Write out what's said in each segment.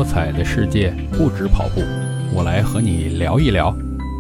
多彩的世界不止跑步，我来和你聊一聊。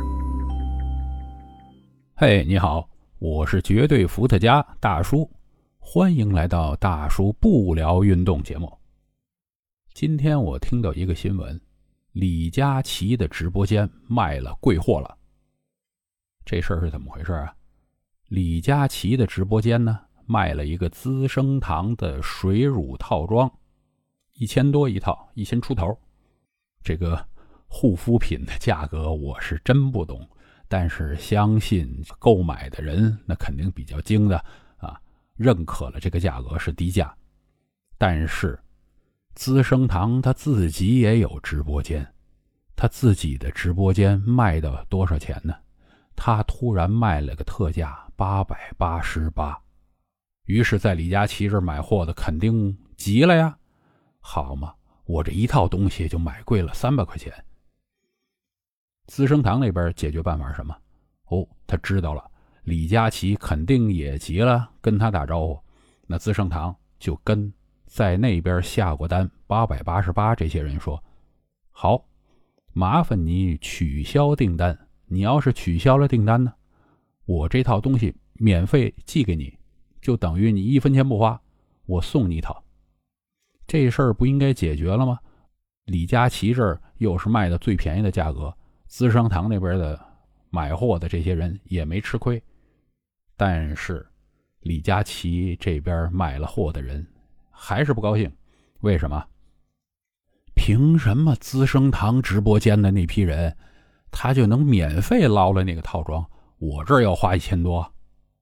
嘿，你好，我是绝对伏特加大叔，欢迎来到大叔不聊运动节目。今天我听到一个新闻，李佳琦的直播间卖了贵货了。这事儿是怎么回事啊？李佳琦的直播间呢，卖了一个资生堂的水乳套装，1000多一套，1000出头。这个护肤品的价格我是真不懂，但是相信购买的人那肯定比较精的啊，认可了这个价格是低价。但是资生堂他自己也有直播间，他自己的直播间卖到多少钱呢？他突然卖了个特价888，于是在李佳琦这儿买货的肯定急了呀。好嘛，我这一套东西就买贵了300块钱。资生堂那边解决办法是什么？他知道了李佳琦肯定也急了，跟他打招呼，那资生堂就跟在那边下过单888这些人说，好，麻烦你取消订单，你要是取消了订单呢，我这套东西免费寄给你，就等于你1分钱不花，我送你一套。这事儿不应该解决了吗？李佳琦这儿又是卖的最便宜的价格，资生堂那边的买货的这些人也没吃亏。但是李佳琦这边买了货的人还是不高兴。为什么？凭什么资生堂直播间的那批人他就能免费捞了那个套装，我这儿要花1000多？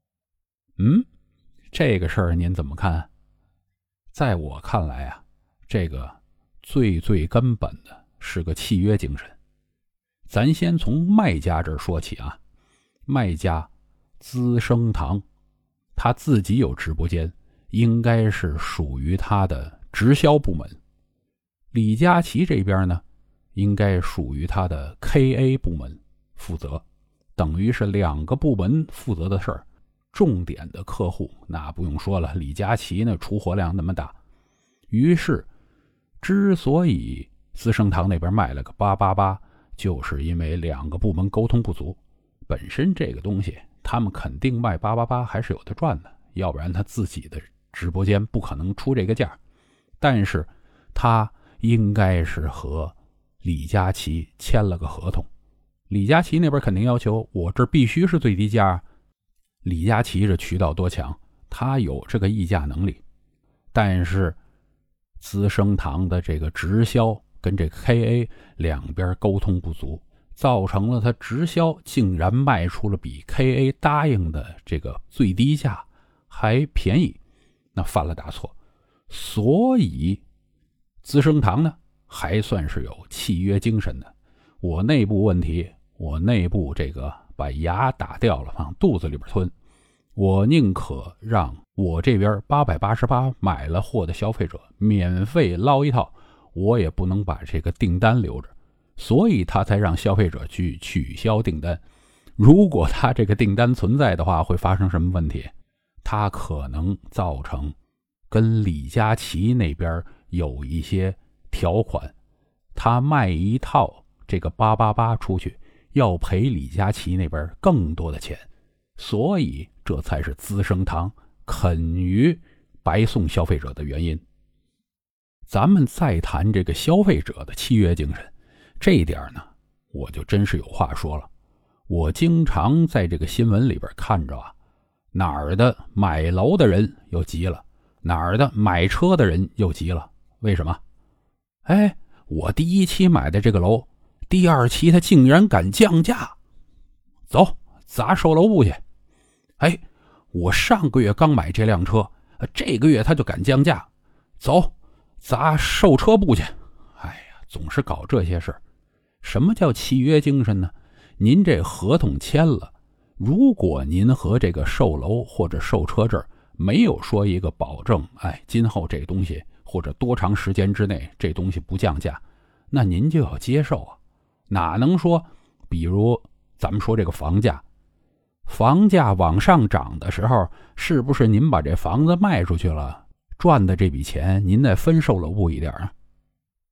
这个事儿您怎么看？在我看来啊，这个最根本的是个契约精神。咱先从卖家这儿说起啊，卖家资生堂他自己有直播间，应该是属于他的直销部门。李佳琦这边呢，应该属于他的 KA 部门负责，等于是2个部门负责的事儿。重点的客户那不用说了，李佳琦呢出货量那么大。于是之所以资生堂那边卖了个888，就是因为2个部门沟通不足。本身这个东西他们肯定卖888还是有的赚的，要不然他自己的直播间不可能出这个价。但是他应该是和李佳琦签了个合同，李佳琦那边肯定要求我这必须是最低价。李佳琦这渠道多强，他有这个议价能力。但是资生堂的这个直销跟这个 KA 两边沟通不足，造成了他直销竟然卖出了比 KA 答应的这个最低价还便宜，那犯了大错。所以资生堂呢还算是有契约精神的。我内部问题，我内部这个把牙打掉了往肚子里边吞，我宁可让我这边888买了货的消费者免费捞一套，我也不能把这个订单留着。所以他才让消费者去取消订单。如果他这个订单存在的话，会发生什么问题？他可能造成跟李佳琦那边有一些条款，他卖一套这个888出去要赔李佳琦那边更多的钱，所以这才是资生堂肯于白送消费者的原因。咱们再谈这个消费者的契约精神，这一点呢我就真是有话说了。我经常在这个新闻里边看着啊，哪儿的买楼的人又急了，哪儿的买车的人又急了。为什么？我第1期买的这个楼，第2期他竟然敢降价，走砸售楼部去。我上个月刚买这辆车，这个月他就敢降价，走砸售车部去。总是搞这些事儿。什么叫契约精神呢？您这合同签了，如果您和这个售楼或者售车这儿没有说一个保证，今后这东西或者多长时间之内这东西不降价，那您就要接受啊。哪能说，比如咱们说这个房价往上涨的时候，是不是您把这房子卖出去了，赚的这笔钱您再分售楼部一点啊？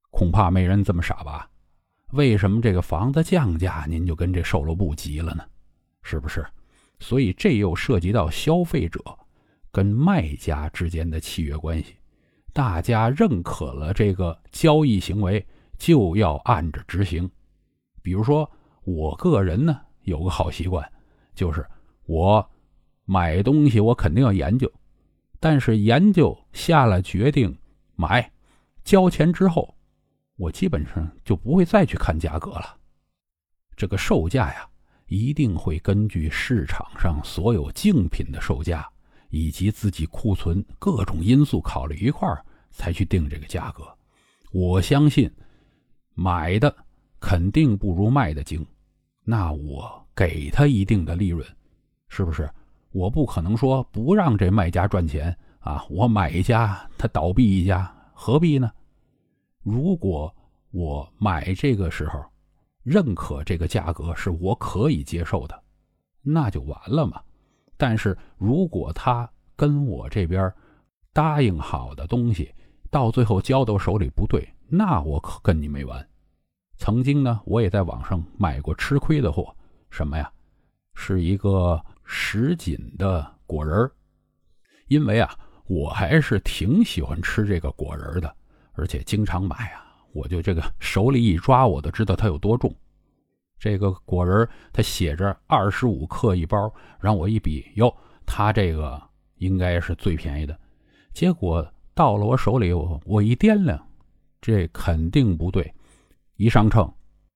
恐怕没人这么傻吧？为什么这个房子降价您就跟这售楼部急了呢？是不是？所以这又涉及到消费者跟卖家之间的契约关系，大家认可了这个交易行为就要按着执行。比如说我个人呢有个好习惯，就是我买东西我肯定要研究，但是研究下了决定买，交钱之后我基本上就不会再去看价格了。这个售价呀，一定会根据市场上所有竞品的售价以及自己库存各种因素考虑一块儿才去定这个价格。我相信买的肯定不如卖的精，那我给他一定的利润，是不是？我不可能说不让这卖家赚钱啊，我买一家他倒闭一家，何必呢？如果我买这个时候认可这个价格是我可以接受的，那就完了嘛。但是如果他跟我这边答应好的东西到最后交到手里不对，那我可跟你没完。曾经呢，我也在网上买过吃亏的货，什么呀？是一个10斤的果仁。因为啊，我还是挺喜欢吃这个果仁的，而且经常买啊，我就这个手里一抓我都知道它有多重。这个果仁它写着25克一包，让我一比，哟，它这个应该是最便宜的。结果到了我手里，我一掂量，这肯定不对。一上称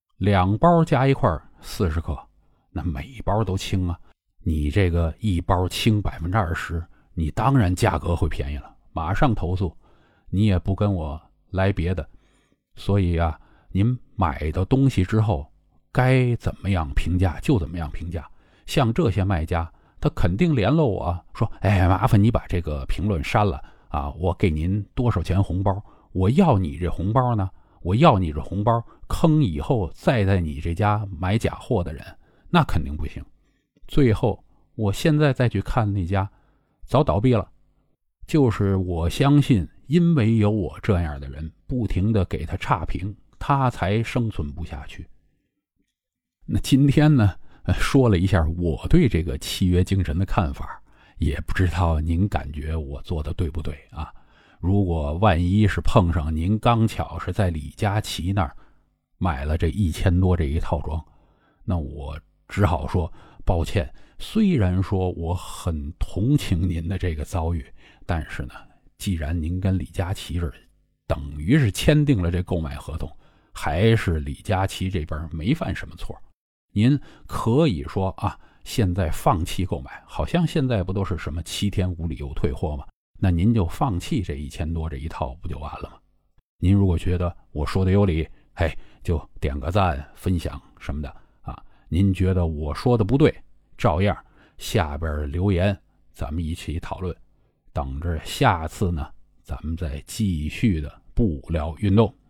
，2包加一块40克，那每包都轻啊。你这个一包轻20%，你当然价格会便宜了，马上投诉，你也不跟我来别的。所以啊，您买的东西之后该怎么样评价就怎么样评价。像这些卖家他肯定联络我说，哎，麻烦你把这个评论删了啊，我给您多少钱红包，我要你这红包呢，我要你这红包坑以后再在你这家买假货的人，那肯定不行。最后我现在再去看那家早倒闭了，就是我相信因为有我这样的人不停地给他差评，他才生存不下去。那今天呢，说了一下我对这个契约精神的看法，也不知道您感觉我做的对不对啊？如果万一是碰上您刚巧是在李佳琦那儿买了这1000多这一套装，那我只好说抱歉，虽然说我很同情您的这个遭遇，但是呢，既然您跟李佳琦这等于是签订了这购买合同，还是李佳琦这边没犯什么错，您可以说啊，现在放弃购买，好像现在不都是什么7天无理由退货吗？那您就放弃这1000多这一套不就完了吗？您如果觉得我说的有理，嘿，就点个赞分享什么的啊。您觉得我说的不对，照样下边留言，咱们一起讨论。等着下次呢，咱们再继续的不聊运动。